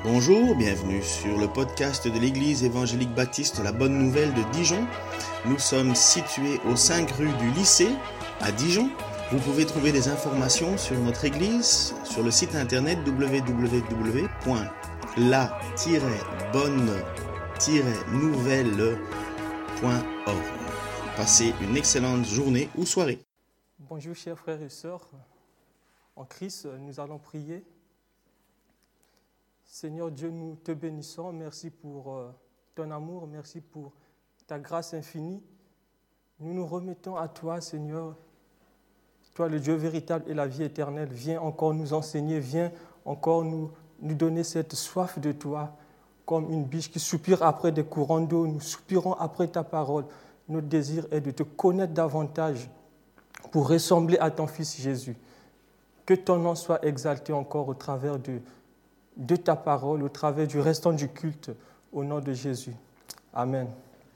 Bonjour, bienvenue sur le podcast de l'Église évangélique baptiste La Bonne Nouvelle de Dijon. Nous sommes situés aux 5 rues du lycée à Dijon. Vous pouvez trouver des informations sur notre Église sur le site internet www.la-bonne-nouvelle.org. Passez une excellente journée ou soirée. Bonjour chers frères et sœurs, en Christ, nous allons prier. Seigneur Dieu, nous te bénissons, merci pour ton amour, merci pour ta grâce infinie. Nous nous remettons à toi, Seigneur, toi le Dieu véritable et la vie éternelle. Viens encore nous enseigner, viens encore nous donner cette soif de toi, comme une biche qui soupire après des courants d'eau. Nous soupirons après ta parole. Notre désir est de te connaître davantage pour ressembler à ton Fils Jésus. Que ton nom soit exalté encore au travers de ta parole, au travers du restant du culte, au nom de Jésus. Amen.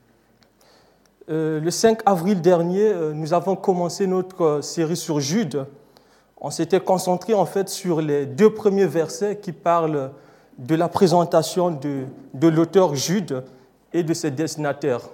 Le 5 avril dernier, nous avons commencé notre série sur Jude. On s'était concentré en fait sur les 2 premiers versets qui parlent de la présentation de l'auteur Jude et de ses destinataires.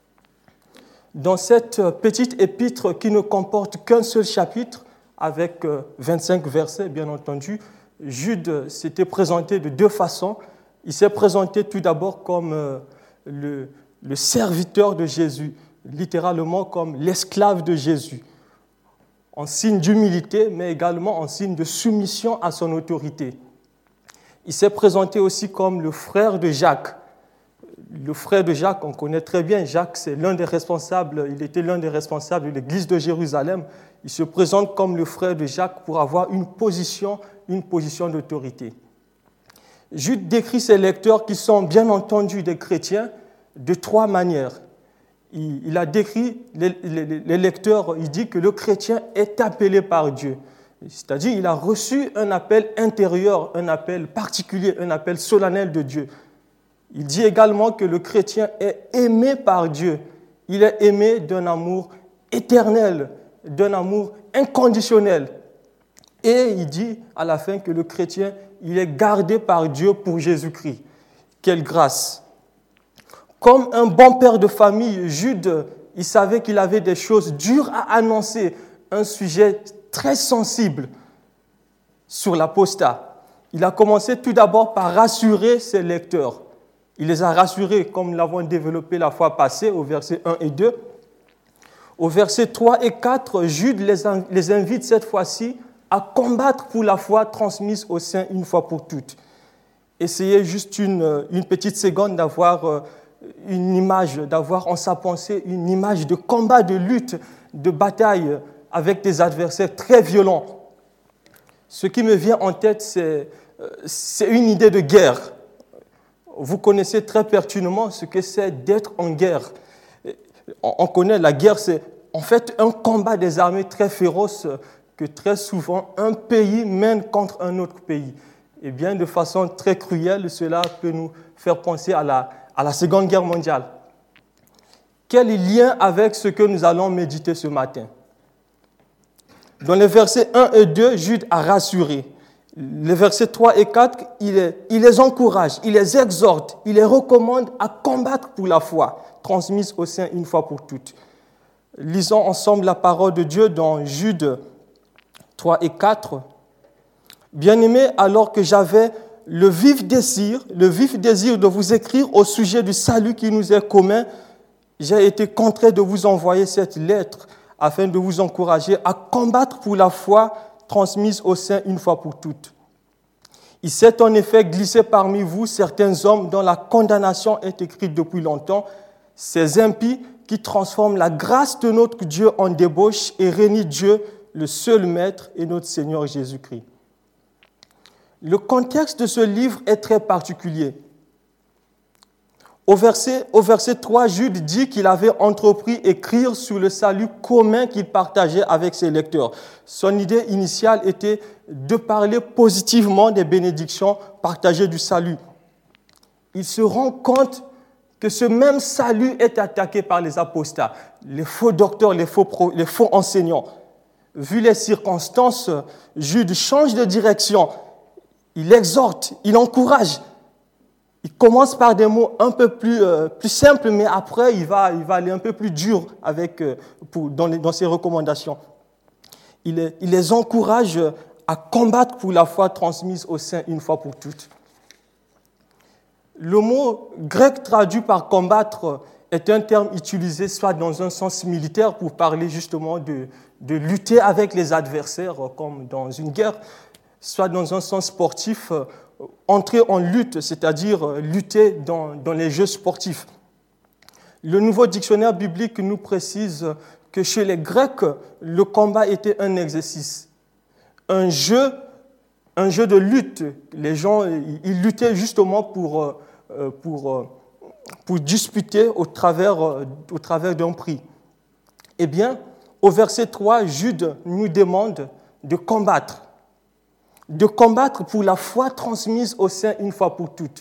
Dans cette petite épître qui ne comporte qu'un seul chapitre, avec 25 versets bien entendu, Jude s'était présenté de 2 façons. Il s'est présenté tout d'abord comme le serviteur de Jésus, littéralement comme l'esclave de Jésus, en signe d'humilité, mais également en signe de soumission à son autorité. Il s'est présenté aussi comme le frère de Jacques. Le frère de Jacques, on connaît très bien, Jacques, il était l'un des responsables de l'église de Jérusalem. Il se présente comme le frère de Jacques pour avoir une position d'autorité. Jude décrit ses lecteurs qui sont bien entendu des chrétiens de 3 manières. Il a décrit les lecteurs, il dit que le chrétien est appelé par Dieu. C'est-à-dire qu'il a reçu un appel intérieur, un appel particulier, un appel solennel de Dieu. Il dit également que le chrétien est aimé par Dieu. Il est aimé d'un amour éternel, d'un amour inconditionnel. Et il dit à la fin que le chrétien, il est gardé par Dieu pour Jésus-Christ. Quelle grâce! Comme un bon père de famille, Jude, il savait qu'il avait des choses dures à annoncer, un sujet très sensible sur l'apostat. Il a commencé tout d'abord par rassurer ses lecteurs. Il les a rassurés, comme nous l'avons développé la fois passée, au verset 1 et 2. Au verset 3 et 4, Jude les invite cette fois-ci à combattre pour la foi transmise aux saints une fois pour toutes. Essayez juste une petite seconde d'avoir une image, d'avoir en sa pensée une image de combat, de lutte, de bataille avec des adversaires très violents. Ce qui me vient en tête, c'est une idée de guerre. Vous connaissez très pertinemment ce que c'est d'être en guerre. On connaît la guerre, c'est en fait un combat des armées très féroce que très souvent un pays mène contre un autre pays. Et bien de façon très cruelle, cela peut nous faire penser à la Seconde Guerre mondiale. Quel lien avec ce que nous allons méditer ce matin? Dans les versets 1 et 2, Jude a rassuré. Les versets 3 et 4, il les encourage, il les exhorte, il les recommande à combattre pour la foi, transmise aux saints une fois pour toutes. Lisons ensemble la parole de Dieu dans Jude 3 et 4. « Bien-aimés, alors que j'avais le vif désir de vous écrire au sujet du salut qui nous est commun, j'ai été contraint de vous envoyer cette lettre afin de vous encourager à combattre pour la foi transmise aux saints une fois pour toutes. Il s'est en effet glissé parmi vous certains hommes dont la condamnation est écrite depuis longtemps, ces impies qui transforment la grâce de notre Dieu en débauche et renient Dieu, le seul Maître et notre Seigneur Jésus-Christ. » Le contexte de ce livre est très particulier. Au verset 3, Jude dit qu'il avait entrepris écrire sur le salut commun qu'il partageait avec ses lecteurs. Son idée initiale était de parler positivement des bénédictions partagées du salut. Il se rend compte que ce même salut est attaqué par les apostats, les faux docteurs, les faux enseignants. Vu les circonstances, Jude change de direction. Il exhorte, il encourage, Il commence par des mots un peu plus simples, mais après, il va aller un peu plus dur dans ses recommandations. Il les encourage à combattre pour la foi transmise aux saints une fois pour toutes. Le mot grec traduit par combattre est un terme utilisé soit dans un sens militaire pour parler justement de lutter avec les adversaires comme dans une guerre, soit dans un sens sportif, entrer en lutte, c'est-à-dire lutter dans les jeux sportifs. Le nouveau dictionnaire biblique nous précise que chez les Grecs, le combat était un exercice, un jeu de lutte. Les gens ils luttaient justement pour disputer au travers d'un prix. Eh bien, au verset 3, Jude nous demande de combattre pour la foi transmise aux saints une fois pour toutes.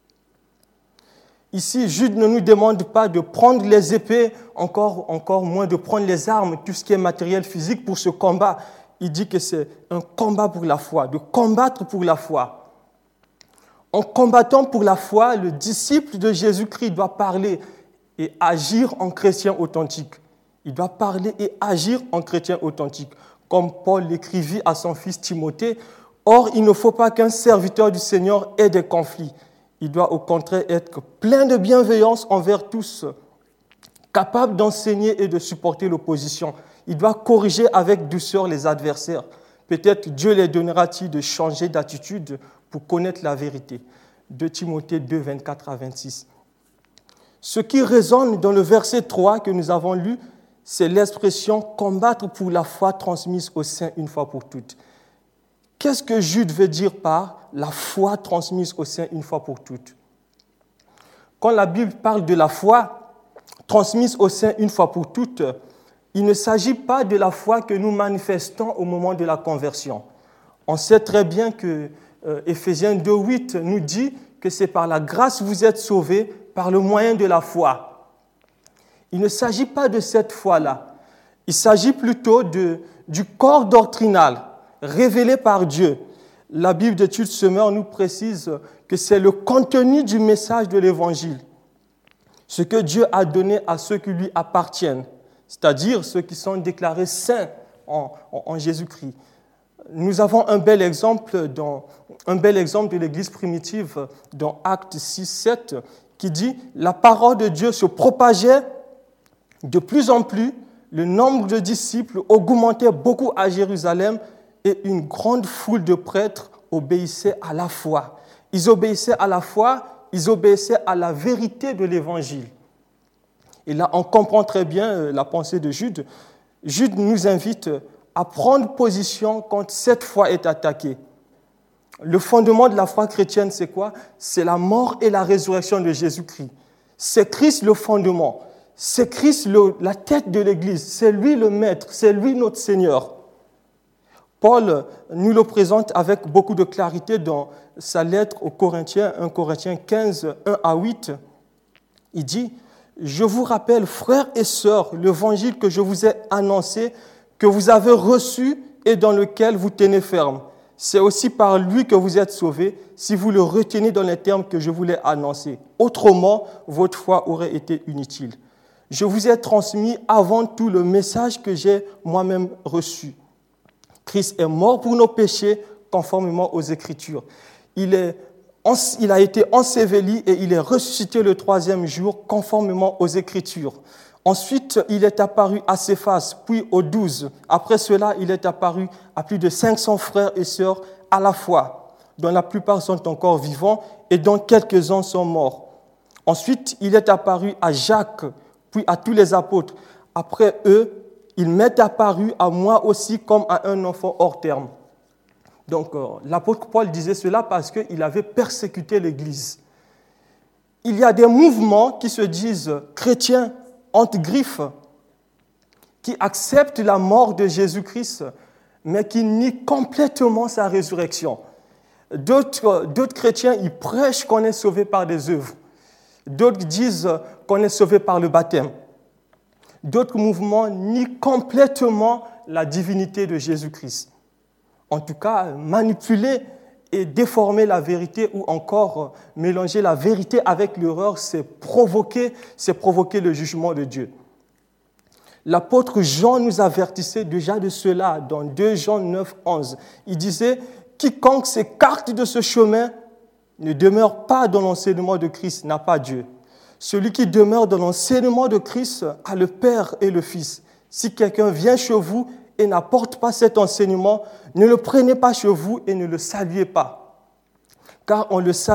Ici, Jude ne nous demande pas de prendre les épées, encore moins de prendre les armes, tout ce qui est matériel physique pour ce combat. Il dit que c'est un combat pour la foi, de combattre pour la foi. En combattant pour la foi, le disciple de Jésus-Christ doit parler et agir en chrétien authentique. Il doit parler et agir en chrétien authentique. Comme Paul l'écrivit à son fils Timothée, « Or, il ne faut pas qu'un serviteur du Seigneur ait des conflits. Il doit au contraire être plein de bienveillance envers tous, capable d'enseigner et de supporter l'opposition. Il doit corriger avec douceur les adversaires. Peut-être Dieu les donnera-t-il de changer d'attitude pour connaître la vérité. » 2 Timothée 2, 24 à 26. Ce qui résonne dans le verset 3 que nous avons lu, c'est l'expression « combattre pour la foi transmise aux saints une fois pour toutes ». Qu'est-ce que Jude veut dire par la foi transmise aux saints une fois pour toutes? Quand la Bible parle de la foi transmise aux saints une fois pour toutes, il ne s'agit pas de la foi que nous manifestons au moment de la conversion. On sait très bien que Éphésiens 2,8 nous dit que c'est par la grâce que vous êtes sauvés par le moyen de la foi. Il ne s'agit pas de cette foi-là. Il s'agit plutôt du corps doctrinal révélé par Dieu. La Bible d'études Semeur nous précise que c'est le contenu du message de l'Évangile, ce que Dieu a donné à ceux qui lui appartiennent, c'est-à-dire ceux qui sont déclarés saints en Jésus-Christ. Nous avons un bel exemple de l'Église primitive dans Actes 6, 7, qui dit « La parole de Dieu se propageait de plus en plus, le nombre de disciples augmentait beaucoup à Jérusalem et une grande foule de prêtres obéissait à la foi. » Ils obéissaient à la foi, ils obéissaient à la vérité de l'Évangile. Et là, on comprend très bien la pensée de Jude. Jude nous invite à prendre position quand cette foi est attaquée. Le fondement de la foi chrétienne, c'est quoi? C'est la mort et la résurrection de Jésus-Christ. C'est Christ le fondement. C'est Christ la tête de l'Église. C'est lui le maître. C'est lui notre Seigneur. Paul nous le présente avec beaucoup de clarité dans sa lettre aux Corinthiens, 1 Corinthiens 15, 1 à 8. Il dit « Je vous rappelle, frères et sœurs, l'évangile que je vous ai annoncé, que vous avez reçu et dans lequel vous tenez ferme. C'est aussi par lui que vous êtes sauvés, si vous le retenez dans les termes que je vous l'ai annoncés. Autrement, votre foi aurait été inutile. Je vous ai transmis avant tout le message que j'ai moi-même reçu. Christ est mort pour nos péchés, conformément aux Écritures. Il a été enseveli et il est ressuscité le 3e jour, conformément aux Écritures. Ensuite, il est apparu à Céphas, puis aux 12. Après cela, il est apparu à plus de 500 frères et sœurs à la fois, dont la plupart sont encore vivants et dont quelques-uns sont morts. Ensuite, il est apparu à Jacques, puis à tous les apôtres. Après eux, il m'est apparu à moi aussi comme à un enfant hors terme. Donc, l'apôtre Paul disait cela parce qu'il avait persécuté l'Église. Il y a des mouvements qui se disent chrétiens, entre griffes, qui acceptent la mort de Jésus-Christ, mais qui nient complètement sa résurrection. D'autres chrétiens, ils prêchent qu'on est sauvé par des œuvres. D'autres disent qu'on est sauvé par le baptême. D'autres mouvements nient complètement la divinité de Jésus-Christ. En tout cas, manipuler et déformer la vérité ou encore mélanger la vérité avec l'erreur, c'est provoquer le jugement de Dieu. L'apôtre Jean nous avertissait déjà de cela dans 2 Jean 9, 11. Il disait « Quiconque s'écarte de ce chemin ne demeure pas dans l'enseignement de Christ, n'a pas Dieu. Celui qui demeure dans l'enseignement de Christ a le Père et le Fils. Si quelqu'un vient chez vous et n'apporte pas cet enseignement, ne le prenez pas chez vous et ne le saluez pas. Car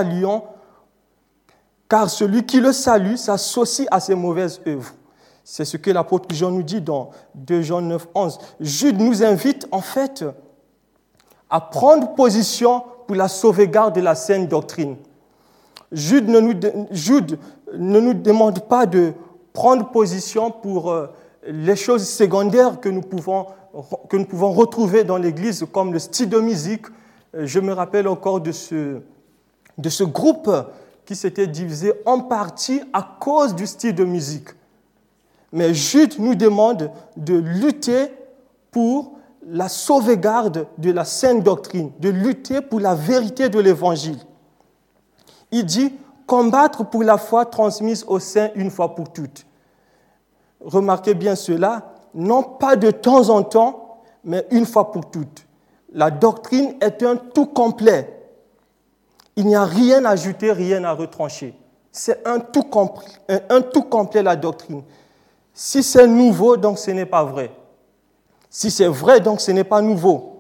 celui qui le salue s'associe à ses mauvaises œuvres. » C'est ce que l'apôtre Jean nous dit dans 2 Jean 9, 11. Jude nous invite en fait à prendre position pour la sauvegarde de la saine doctrine. Jude ne nous demande pas de prendre position pour les choses secondaires que nous pouvons retrouver dans l'Église, comme le style de musique. Je me rappelle encore de ce groupe qui s'était divisé en partie à cause du style de musique. Mais Jude nous demande de lutter pour la sauvegarde de la saine doctrine, de lutter pour la vérité de l'Évangile. Il dit « combattre pour la foi transmise aux saints une fois pour toutes ». Remarquez bien cela, non pas de temps en temps, mais une fois pour toutes. La doctrine est un tout complet. Il n'y a rien à ajouter, rien à retrancher. C'est un tout complet la doctrine. Si c'est nouveau, donc ce n'est pas vrai. Si c'est vrai, donc ce n'est pas nouveau.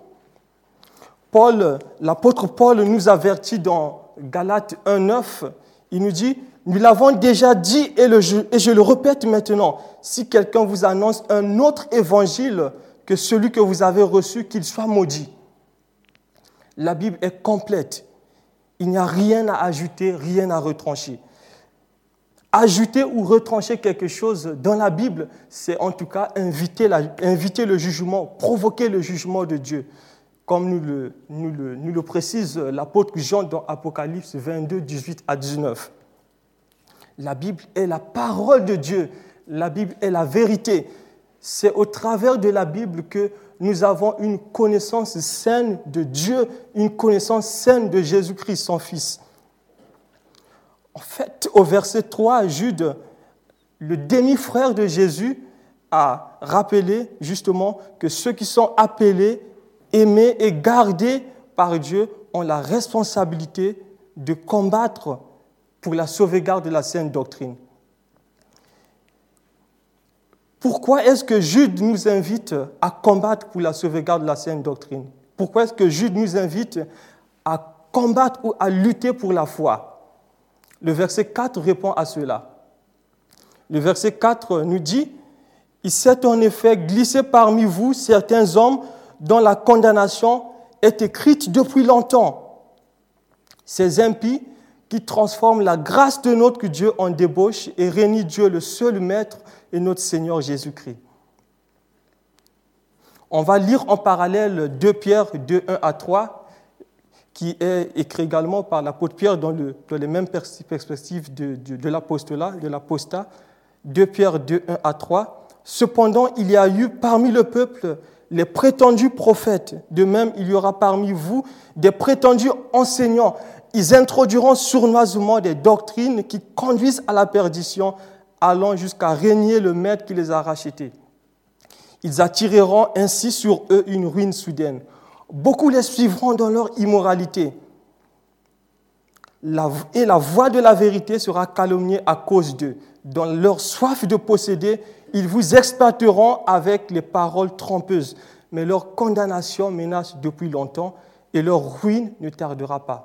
L'apôtre Paul nous avertit dans Galates 1,9, il nous dit « Nous l'avons déjà dit et je le répète maintenant, si quelqu'un vous annonce un autre évangile que celui que vous avez reçu, qu'il soit maudit. » La Bible est complète. Il n'y a rien à ajouter, rien à retrancher. Ajouter ou retrancher quelque chose dans la Bible, c'est en tout cas inviter le jugement, provoquer le jugement de Dieu, comme nous le précise l'apôtre Jean dans Apocalypse 22, 18 à 19. La Bible est la parole de Dieu, la Bible est la vérité. C'est au travers de la Bible que nous avons une connaissance saine de Dieu, une connaissance saine de Jésus-Christ, son Fils. En fait, au verset 3, Jude, le demi-frère de Jésus, a rappelé justement que ceux qui sont appelés, aimés et gardés par Dieu ont la responsabilité de combattre pour la sauvegarde de la saine doctrine. Pourquoi est-ce que Jude nous invite à combattre pour la sauvegarde de la saine doctrine? Pourquoi est-ce que Jude nous invite à combattre ou à lutter pour la foi? Le verset 4 répond à cela. Le verset 4 nous dit « Il s'est en effet glissé parmi vous certains hommes dont la condamnation est écrite depuis longtemps. Ces impies qui transforment la grâce de notre Dieu en débauche et réunissent Dieu le seul Maître et notre Seigneur Jésus-Christ. » On va lire en parallèle 2 Pierre 2, 1 à 3, qui est écrit également par l'apôtre Pierre dans les mêmes perspectives de l'apostat, 2 Pierre 2, 1 à 3. « Cependant, il y a eu parmi le peuple les prétendus prophètes. De même, il y aura parmi vous des prétendus enseignants. Ils introduiront sournoisement des doctrines qui conduisent à la perdition, allant jusqu'à régner le maître qui les a rachetés. Ils attireront ainsi sur eux une ruine soudaine. Beaucoup les suivront dans leur immoralité. Et la voix de la vérité sera calomniée à cause d'eux. Dans leur soif de posséder, ils vous exploiteront avec les paroles trompeuses. Mais leur condamnation menace depuis longtemps et leur ruine ne tardera pas. »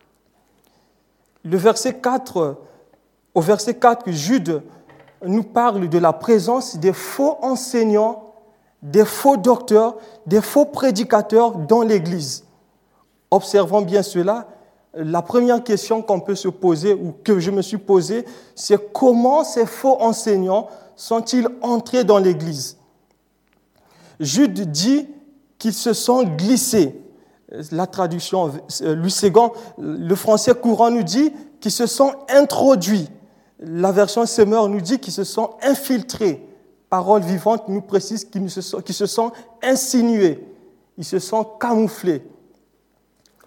Au verset 4, Jude nous parle de la présence des faux enseignants, des faux docteurs, des faux prédicateurs dans l'Église. Observons bien cela. La première question qu'on peut se poser, ou que je me suis posée, c'est comment ces faux enseignants sont-ils entrés dans l'Église? Jude dit qu'ils se sont glissés. La traduction, Louis II, le français courant nous dit qu'ils se sont introduits. La version Semeur nous dit qu'ils se sont infiltrés. Parole vivante nous précise qu'ils se sont insinués. Ils se sont camouflés.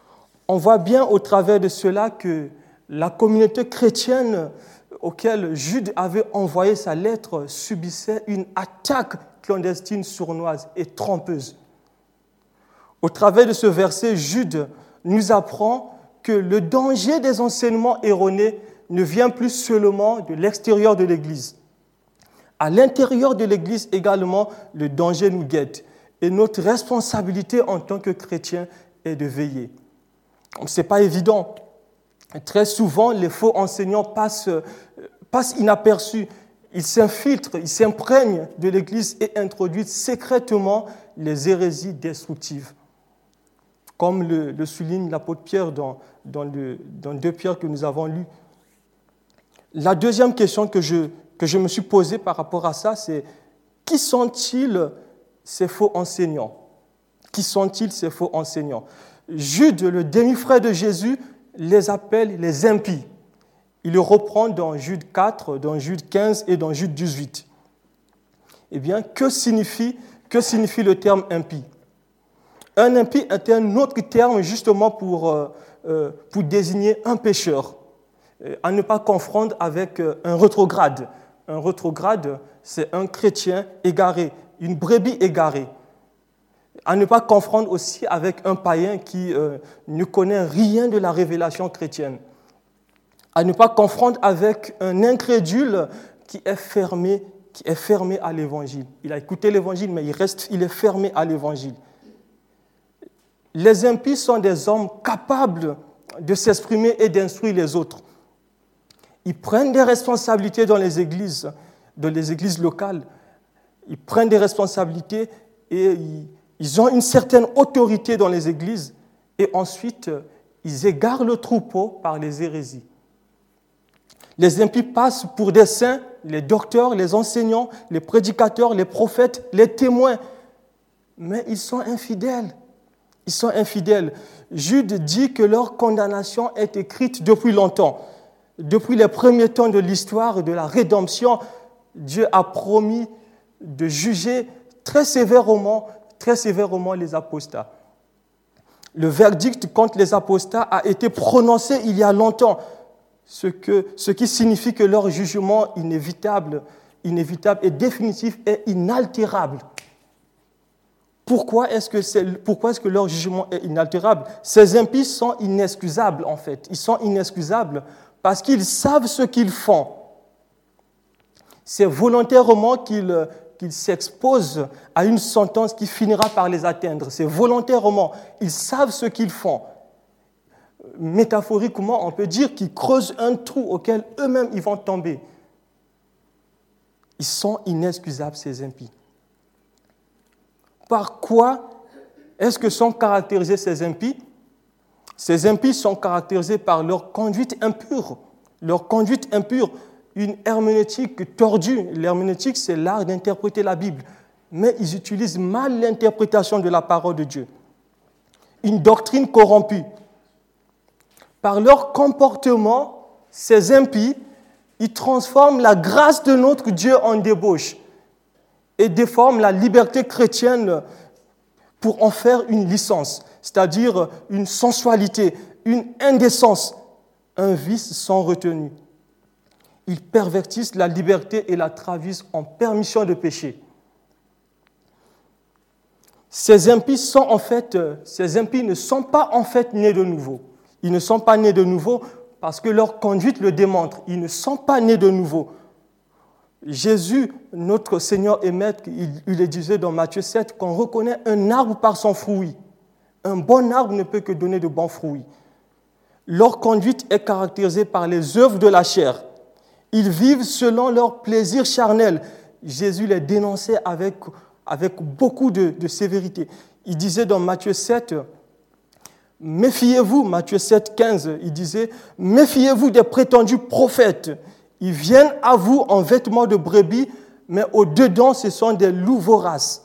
On voit bien au travers de cela que la communauté chrétienne auquel Jude avait envoyé sa lettre subissait une attaque clandestine, sournoise et trompeuse. Au travers de ce verset, Jude nous apprend que le danger des enseignements erronés ne vient plus seulement de l'extérieur de l'Église. À l'intérieur de l'Église également, le danger nous guette. Et notre responsabilité en tant que chrétiens est de veiller. Ce n'est pas évident. Très souvent, les faux enseignants passent inaperçus. Ils s'infiltrent, ils s'imprègnent de l'Église et introduisent secrètement les hérésies destructives. Comme le souligne l'apôtre Pierre dans 2 Pierre que nous avons lu. La deuxième question que je me suis posée par rapport à ça, c'est qui sont-ils ces faux enseignants? Qui sont-ils ces faux enseignants? Jude, le demi-frère de Jésus, les appelle les impies. Il le reprend dans Jude 4, dans Jude 15 et dans Jude 18. Eh bien, que signifie le terme impie? Un impie est un autre terme justement pour désigner un pécheur, à ne pas confondre avec un rétrograde. Un rétrograde, c'est un chrétien égaré, une brebis égarée. À ne pas confondre aussi avec un païen qui ne connaît rien de la révélation chrétienne. À ne pas confondre avec un incrédule qui est fermé à l'évangile. Il a écouté l'évangile, mais il est fermé à l'évangile. Les impies sont des hommes capables de s'exprimer et d'instruire les autres. Ils prennent des responsabilités dans les églises locales. Ils prennent des responsabilités et ils ont une certaine autorité dans les églises. Et ensuite, ils égarent le troupeau par les hérésies. Les impies passent pour des saints, les docteurs, les enseignants, les prédicateurs, les prophètes, les témoins. Mais ils sont infidèles. Ils sont infidèles. Jude dit que leur condamnation est écrite depuis longtemps. Depuis les premiers temps de l'histoire de la rédemption, Dieu a promis de juger très sévèrement les apostats. Le verdict contre les apostats a été prononcé il y a longtemps, ce qui signifie que leur jugement inévitable et définitif est inaltérable. Pourquoi est-ce que leur jugement est inaltérable? Ces impies sont inexcusables, en fait. Ils sont inexcusables parce qu'ils savent ce qu'ils font. C'est volontairement qu'ils s'exposent à une sentence qui finira par les atteindre. C'est volontairement. Ils savent ce qu'ils font. Métaphoriquement, on peut dire qu'ils creusent un trou auquel eux-mêmes ils vont tomber. Ils sont inexcusables, ces impies. Par quoi est-ce que sont caractérisés ces impies? Ces impies sont caractérisés par leur conduite impure. Leur conduite impure, une herméneutique tordue. L'herméneutique, c'est l'art d'interpréter la Bible. Mais ils utilisent mal l'interprétation de la parole de Dieu. Une doctrine corrompue. Par leur comportement, ces impies, ils transforment la grâce de notre Dieu en débauche et déforment la liberté chrétienne pour en faire une licence, c'est-à-dire une sensualité, une indécence, un vice sans retenue. Ils pervertissent la liberté et la traduisent en permission de pécher. Ces impies ne sont pas en fait nés de nouveau. Ils ne sont pas nés de nouveau parce que leur conduite le démontre. Ils ne sont pas nés de nouveau. Jésus, notre Seigneur et Maître, il le disait dans Matthieu 7, qu'on reconnaît un arbre par son fruit. Un bon arbre ne peut que donner de bons fruits. Leur conduite est caractérisée par les œuvres de la chair. Ils vivent selon leur plaisir charnel. Jésus les dénonçait avec beaucoup de sévérité. Il disait dans Matthieu 7, méfiez-vous, Matthieu 7, 15, il disait, méfiez-vous des prétendus prophètes. Ils viennent à vous en vêtements de brebis, mais au-dedans, ce sont des loups voraces.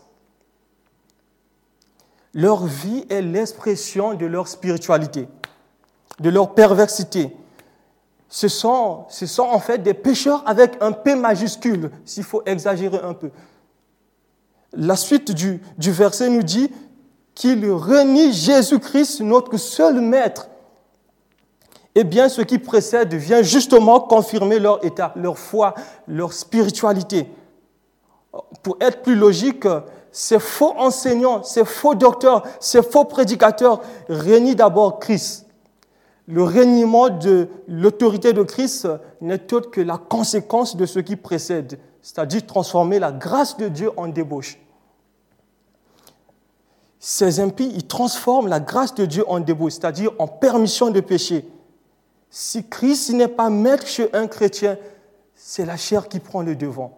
Leur vie est l'expression de leur spiritualité, de leur perversité. Ce sont en fait des pécheurs avec un P majuscule, s'il faut exagérer un peu. La suite du verset nous dit qu'ils renient Jésus-Christ, notre seul maître, eh bien, ce qui précède vient justement confirmer leur état, leur foi, leur spiritualité. Pour être plus logique, ces faux enseignants, ces faux docteurs, ces faux prédicateurs régnient d'abord Christ. Le régnement de l'autorité de Christ n'est autre que la conséquence de ce qui précède, c'est-à-dire transformer la grâce de Dieu en débauche. Ces impies, ils transforment la grâce de Dieu en débauche, c'est-à-dire en permission de pécher. Si Christ n'est pas maître chez un chrétien, c'est la chair qui prend le devant.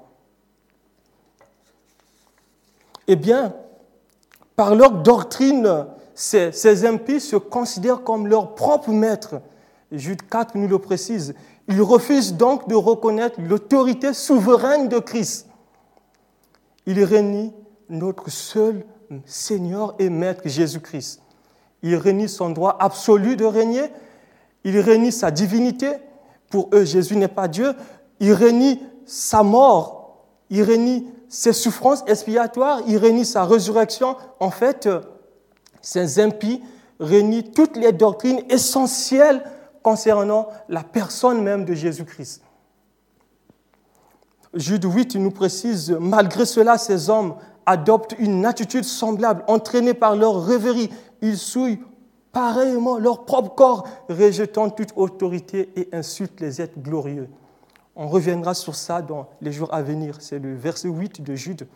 Eh bien, par leur doctrine, ces impies se considèrent comme leur propre maître. Jude 4 nous le précise. Ils refusent donc de reconnaître l'autorité souveraine de Christ. Ils renient notre seul Seigneur et Maître Jésus-Christ. Ils renient son droit absolu de régner. Ils renient sa divinité. Pour eux, Jésus n'est pas Dieu. Ils renient sa mort. Ils renient ses souffrances expiatoires. Ils renient sa résurrection. En fait, ces impies renient toutes les doctrines essentielles concernant la personne même de Jésus-Christ. Jude 8 nous précise, malgré cela, ces hommes adoptent une attitude semblable, entraînés par leur rêverie. Ils souillent pareillement leur propre corps, rejetant toute autorité et insultent les êtres glorieux. On reviendra sur ça dans les jours à venir. C'est le verset 8 de Jude.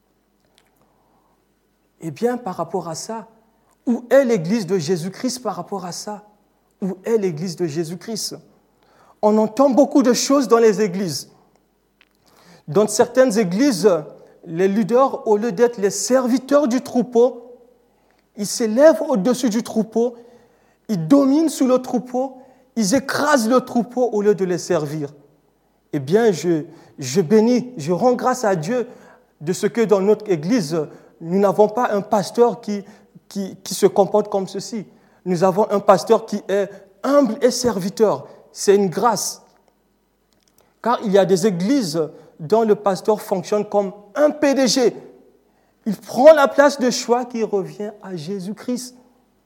Eh bien, par rapport à ça, où est l'Église de Jésus-Christ par rapport à ça? Où est l'Église de Jésus-Christ? On entend beaucoup de choses dans les églises. Dans certaines églises, les leaders, au lieu d'être les serviteurs du troupeau, ils s'élèvent au-dessus du troupeau, ils dominent sous le troupeau, ils écrasent le troupeau au lieu de les servir. Eh bien, je bénis, je rends grâce à Dieu de ce que dans notre église, nous n'avons pas un pasteur qui se comporte comme ceci. Nous avons un pasteur qui est humble et serviteur. C'est une grâce. Car il y a des églises dont le pasteur fonctionne comme un PDG. Il prend la place de choix qui revient à Jésus-Christ.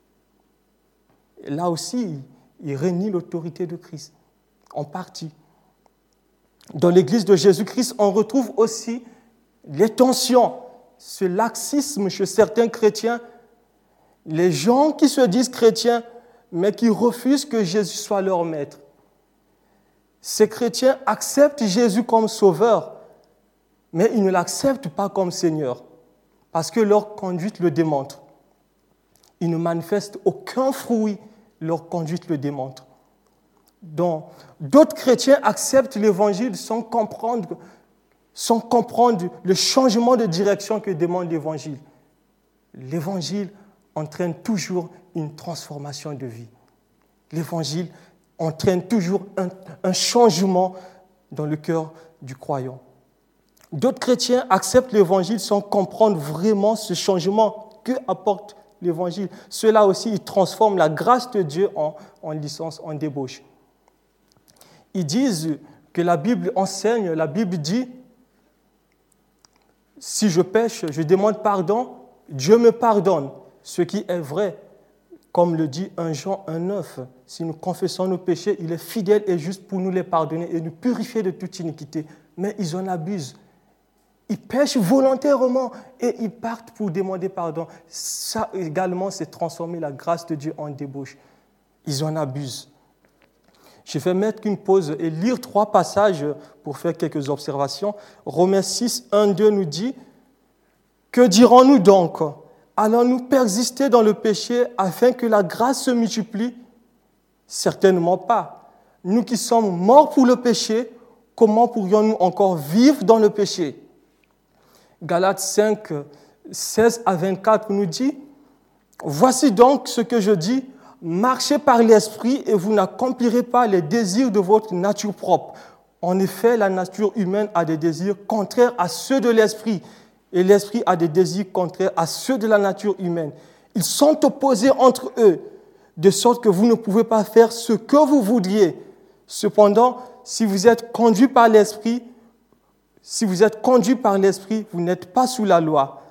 Et là aussi, il renie l'autorité de Christ, en partie. Dans l'église de Jésus-Christ, on retrouve aussi les tensions, ce laxisme chez certains chrétiens, les gens qui se disent chrétiens, mais qui refusent que Jésus soit leur maître. Ces chrétiens acceptent Jésus comme sauveur, mais ils ne l'acceptent pas comme Seigneur, parce que leur conduite le démontre. Ils ne manifestent aucun fruit, leur conduite le démontre. Donc, d'autres chrétiens acceptent l'Évangile sans comprendre le changement de direction que demande l'Évangile. L'Évangile entraîne toujours une transformation de vie. L'Évangile entraîne toujours un changement dans le cœur du croyant. D'autres chrétiens acceptent l'Évangile sans comprendre vraiment ce changement que apporte l'Évangile. Ceux-là aussi, ils transforment la grâce de Dieu en licence, en débauche. Ils disent que la Bible enseigne, la Bible dit, si je pêche, je demande pardon, Dieu me pardonne. Ce qui est vrai, comme le dit 1 Jean 1,9, si nous confessons nos péchés, il est fidèle et juste pour nous les pardonner et nous purifier de toute iniquité. Mais ils en abusent. Ils pêchent volontairement et ils partent pour demander pardon. Ça également, c'est transformer la grâce de Dieu en débauche. Ils en abusent. Je vais mettre une pause et lire 3 passages pour faire quelques observations. Romains 6, 1, 2 nous dit « Que dirons-nous donc ? Allons-nous persister dans le péché afin que la grâce se multiplie ? Certainement pas. Nous qui sommes morts pour le péché, comment pourrions-nous encore vivre dans le péché ?» Galates 5, 16 à 24 nous dit « Voici donc ce que je dis, marchez par l'esprit et vous n'accomplirez pas les désirs de votre nature propre. En effet, la nature humaine a des désirs contraires à ceux de l'esprit et l'esprit a des désirs contraires à ceux de la nature humaine. Ils sont opposés entre eux, de sorte que vous ne pouvez pas faire ce que vous voudriez. Cependant, si vous êtes conduit par l'esprit, vous n'êtes pas sous la loi.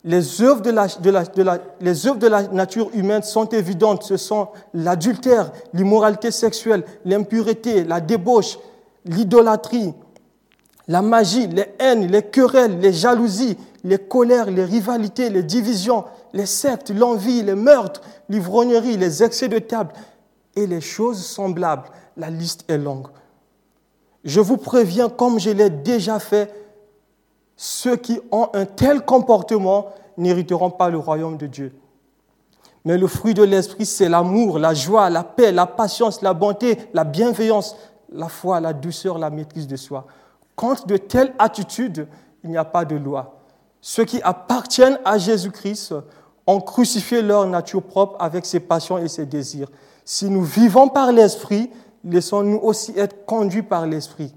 Les œuvres de la nature humaine sont évidentes. Ce sont l'adultère, l'immoralité sexuelle, l'impureté, la débauche, l'idolâtrie, la magie, les haines, les querelles, les jalousies, les colères, les rivalités, les divisions, les sectes, l'envie, les meurtres, l'ivrognerie, les excès de table et les choses semblables. La liste est longue. Je vous préviens, comme je l'ai déjà fait, ceux qui ont un tel comportement n'hériteront pas le royaume de Dieu. Mais le fruit de l'esprit, c'est l'amour, la joie, la paix, la patience, la bonté, la bienveillance, la foi, la douceur, la maîtrise de soi. Contre de telles attitudes, il n'y a pas de loi. Ceux qui appartiennent à Jésus-Christ ont crucifié leur nature propre avec ses passions et ses désirs. Si nous vivons par l'esprit, laissons-nous aussi être conduits par l'esprit.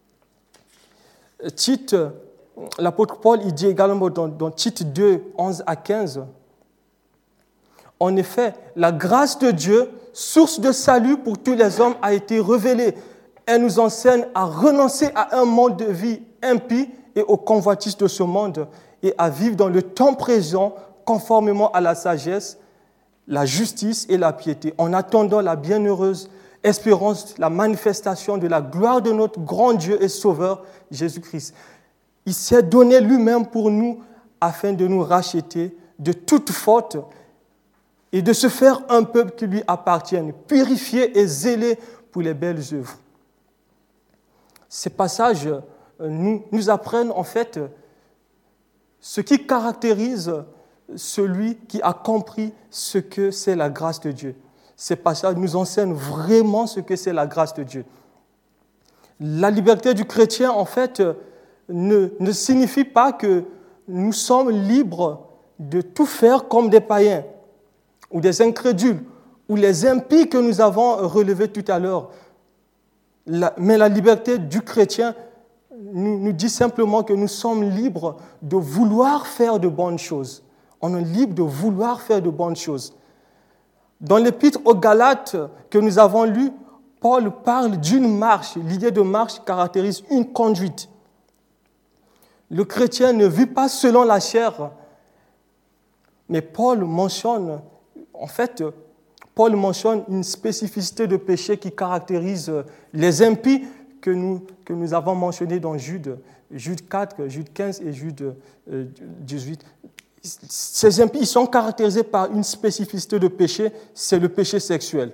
Tite, l'apôtre Paul, il dit également dans Tite 2, 11 à 15, « En effet, la grâce de Dieu, source de salut pour tous les hommes, a été révélée. Elle nous enseigne à renoncer à un mode de vie impie et aux convoitises de ce monde et à vivre dans le temps présent conformément à la sagesse, la justice et la piété, en attendant la bienheureuse espérance, la manifestation de la gloire de notre grand Dieu et Sauveur, Jésus-Christ. Il s'est donné lui-même pour nous afin de nous racheter de toute faute et de se faire un peuple qui lui appartienne, purifié et zélé pour les belles œuvres. » Ces passages nous apprennent en fait ce qui caractérise celui qui a compris ce que c'est la grâce de Dieu. Ces passages nous enseignent vraiment ce que c'est la grâce de Dieu. La liberté du chrétien, en fait, ne signifie pas que nous sommes libres de tout faire comme des païens ou des incrédules ou les impies que nous avons relevés tout à l'heure. Mais la liberté du chrétien nous dit simplement que nous sommes libres de vouloir faire de bonnes choses. On est libre de vouloir faire de bonnes choses. Dans l'épître aux Galates que nous avons lu, Paul parle d'une marche. L'idée de marche caractérise une conduite. Le chrétien ne vit pas selon la chair, mais Paul mentionne une spécificité de péché qui caractérise les impies que nous avons mentionnés dans Jude 4, Jude 15 et Jude 18. Ces impies sont caractérisés par une spécificité de péché, c'est le péché sexuel.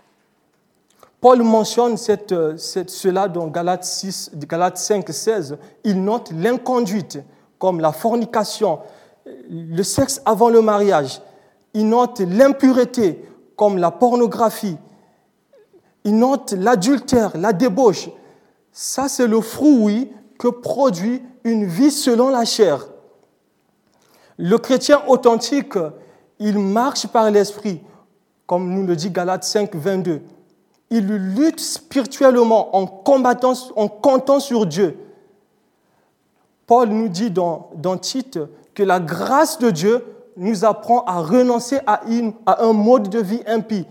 Paul mentionne cela dans Galates 5, 16. Il note l'inconduite, comme la fornication, le sexe avant le mariage. Il note l'impureté, comme la pornographie. Il note l'adultère, la débauche. Ça, c'est le fruit que produit une vie selon la chair. Le chrétien authentique, il marche par l'esprit, comme nous le dit Galates 5, 22. Il lutte spirituellement en comptant sur Dieu. Paul nous dit dans Tite que la grâce de Dieu nous apprend à renoncer à un mode de vie impie,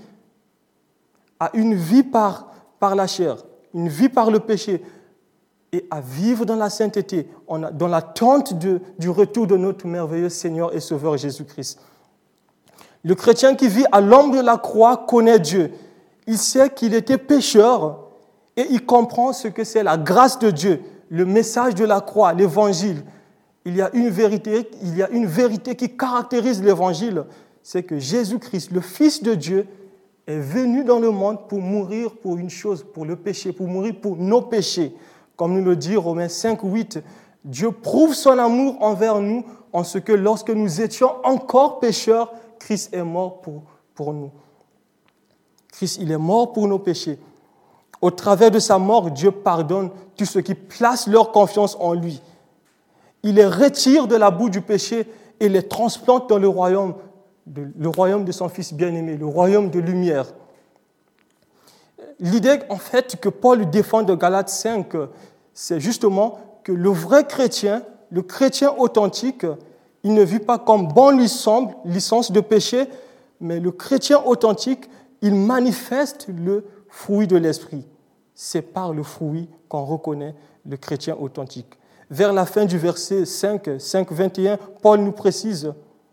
à une vie par la chair, une vie par le péché, et à vivre dans la sainteté, dans l'attente du retour de notre merveilleux Seigneur et Sauveur Jésus-Christ. Le chrétien qui vit à l'ombre de la croix connaît Dieu. Il sait qu'il était pécheur et il comprend ce que c'est la grâce de Dieu, le message de la croix, l'évangile. Il y a une vérité qui caractérise l'évangile, c'est que Jésus-Christ, le Fils de Dieu, est venu dans le monde pour mourir pour une chose, pour le péché, pour mourir pour nos péchés. Comme nous le dit Romains 5, 8, Dieu prouve son amour envers nous en ce que lorsque nous étions encore pécheurs, Christ est mort pour nous. Christ, il est mort pour nos péchés. Au travers de sa mort, Dieu pardonne tous ceux qui placent leur confiance en lui. Il les retire de la boue du péché et les transplante dans le royaume de son Fils bien-aimé, le royaume de lumière. L'idée, en fait, que Paul défend de Galates 5, c'est justement que le vrai chrétien, le chrétien authentique, il ne vit pas comme bon lui semble, licence de péché, mais le chrétien authentique, il manifeste le fruit de l'esprit. C'est par le fruit qu'on reconnaît le chrétien authentique. vers la fin du verset 5, 21, Paul nous précise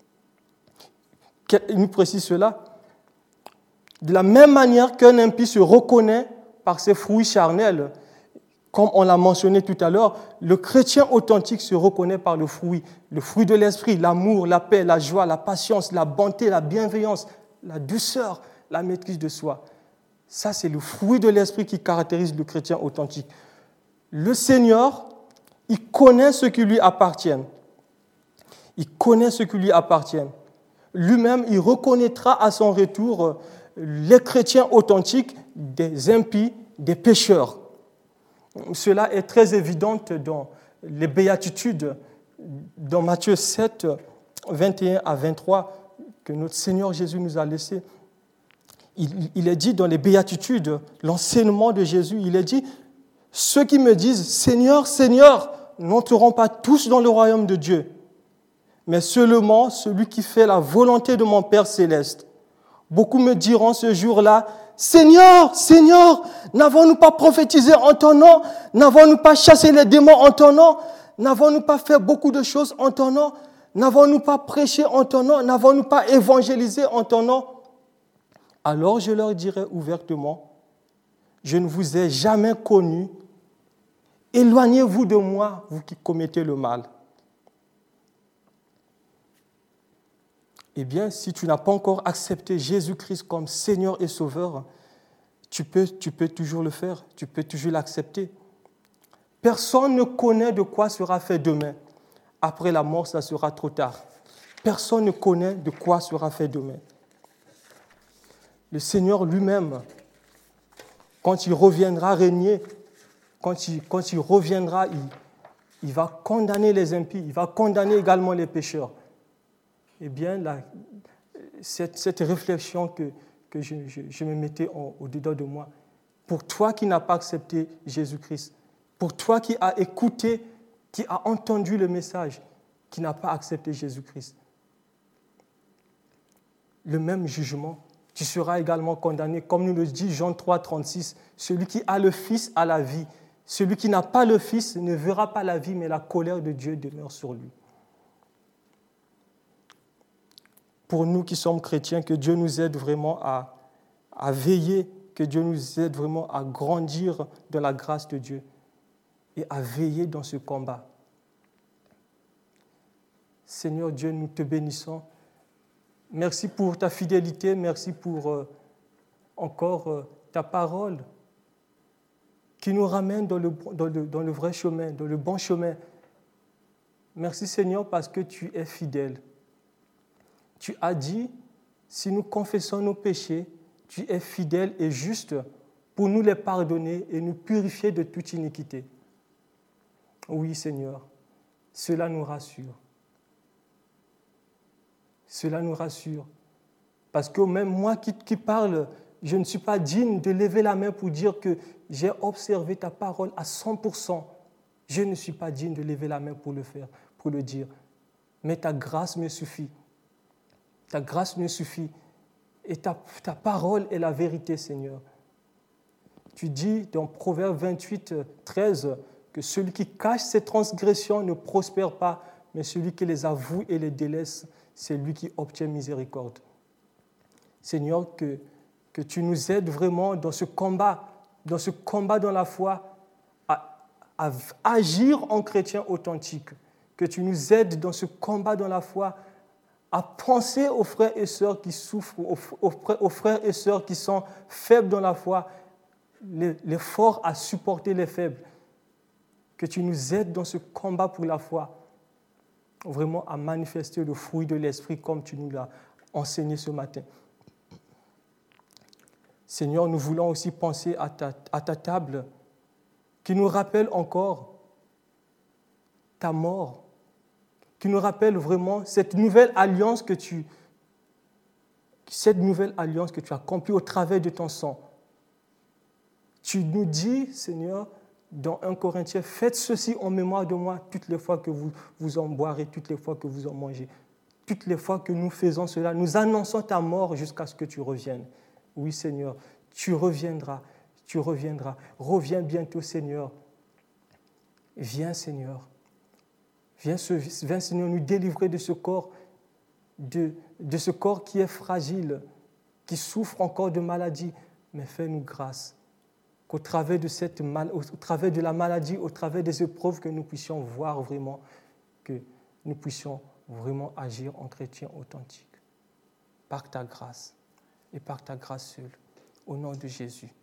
cela. De la même manière qu'un impie se reconnaît par ses fruits charnels, comme on l'a mentionné tout à l'heure, le chrétien authentique se reconnaît par le fruit de l'esprit, l'amour, la paix, la joie, la patience, la bonté, la bienveillance, la douceur, la maîtrise de soi. Ça, c'est le fruit de l'esprit qui caractérise le chrétien authentique. Le Seigneur, il connaît ce qui lui appartient. Il connaît ce qui lui appartient. Lui-même, il reconnaîtra à son retour les chrétiens authentiques des impies, des pécheurs. Cela est très évident dans les béatitudes, dans Matthieu 7, 21 à 23, que notre Seigneur Jésus nous a laissé. Il est dit dans les béatitudes, l'enseignement de Jésus, il est dit « Ceux qui me disent « Seigneur, Seigneur » n'entreront pas tous dans le royaume de Dieu, mais seulement celui qui fait la volonté de mon Père céleste. Beaucoup me diront ce jour-là, « Seigneur, Seigneur, n'avons-nous pas prophétisé en ton nom? N'avons-nous pas chassé les démons en ton nom? N'avons-nous pas fait beaucoup de choses en ton nom? N'avons-nous pas prêché en ton nom? N'avons-nous pas évangélisé en ton nom ?» Alors je leur dirai ouvertement, « Je ne vous ai jamais connus. Éloignez-vous de moi, vous qui commettez le mal. » Eh bien, si tu n'as pas encore accepté Jésus-Christ comme Seigneur et Sauveur, tu peux toujours le faire, tu peux toujours l'accepter. Personne ne connaît de quoi sera fait demain. Après la mort, ça sera trop tard. Personne ne connaît de quoi sera fait demain. Le Seigneur lui-même, quand il reviendra régner, quand il reviendra, il va condamner les impies, il va condamner également les pécheurs. Eh bien, cette réflexion que je me mettais au-dedans de moi, pour toi qui n'as pas accepté Jésus-Christ, pour toi qui as écouté, qui as entendu le message, qui n'a pas accepté Jésus-Christ, le même jugement, tu seras également condamné, comme nous le dit Jean 3, 36, celui qui a le Fils a la vie, celui qui n'a pas le Fils ne verra pas la vie, mais la colère de Dieu demeure sur lui. Pour nous qui sommes chrétiens, que Dieu nous aide vraiment à veiller, que Dieu nous aide vraiment à grandir dans la grâce de Dieu et à veiller dans ce combat. Seigneur Dieu, nous te bénissons. Merci pour ta fidélité, merci pour encore ta parole qui nous ramène dans le vrai chemin, dans le bon chemin. Merci Seigneur parce que tu es fidèle. Tu as dit, si nous confessons nos péchés, tu es fidèle et juste pour nous les pardonner et nous purifier de toute iniquité. Oui Seigneur, cela nous rassure. Cela nous rassure. Parce que même moi qui parle, je ne suis pas digne de lever la main pour dire que j'ai observé ta parole à 100%. Je ne suis pas digne de lever la main pour le faire, pour le dire. Mais ta grâce me suffit. Ta grâce me suffit. Et ta parole est la vérité, Seigneur. Tu dis dans Proverbe 28, 13, que celui qui cache ses transgressions ne prospère pas, mais celui qui les avoue et les délaisse, c'est lui qui obtient miséricorde. Seigneur, que tu nous aides vraiment dans ce combat dans la foi, à agir en chrétien authentique. Que tu nous aides dans ce combat dans la foi, à penser aux frères et sœurs qui souffrent, aux frères et sœurs qui sont faibles dans la foi, les forts à supporter les faibles. Que tu nous aides dans ce combat pour la foi, vraiment à manifester le fruit de l'esprit comme tu nous l'as enseigné ce matin. Seigneur, nous voulons aussi penser à ta table qui nous rappelle encore ta mort, qui nous rappelle vraiment cette nouvelle alliance que tu as accomplie au travers de ton sang. Tu nous dis, Seigneur, dans 1 Corinthiens, faites ceci en mémoire de moi toutes les fois que vous en boirez, toutes les fois que vous en mangez. Toutes les fois que nous faisons cela, nous annonçons ta mort jusqu'à ce que tu reviennes. Oui, Seigneur, tu reviendras. Reviens bientôt, Seigneur. Viens, Seigneur. Viens Seigneur nous délivrer de ce corps, de ce corps qui est fragile, qui souffre encore de maladie, mais fais-nous grâce. Qu'au travers au travers de la maladie, au travers des épreuves, que nous puissions voir vraiment, que nous puissions vraiment agir en chrétiens authentiques. Par ta grâce et par ta grâce seule. Au nom de Jésus.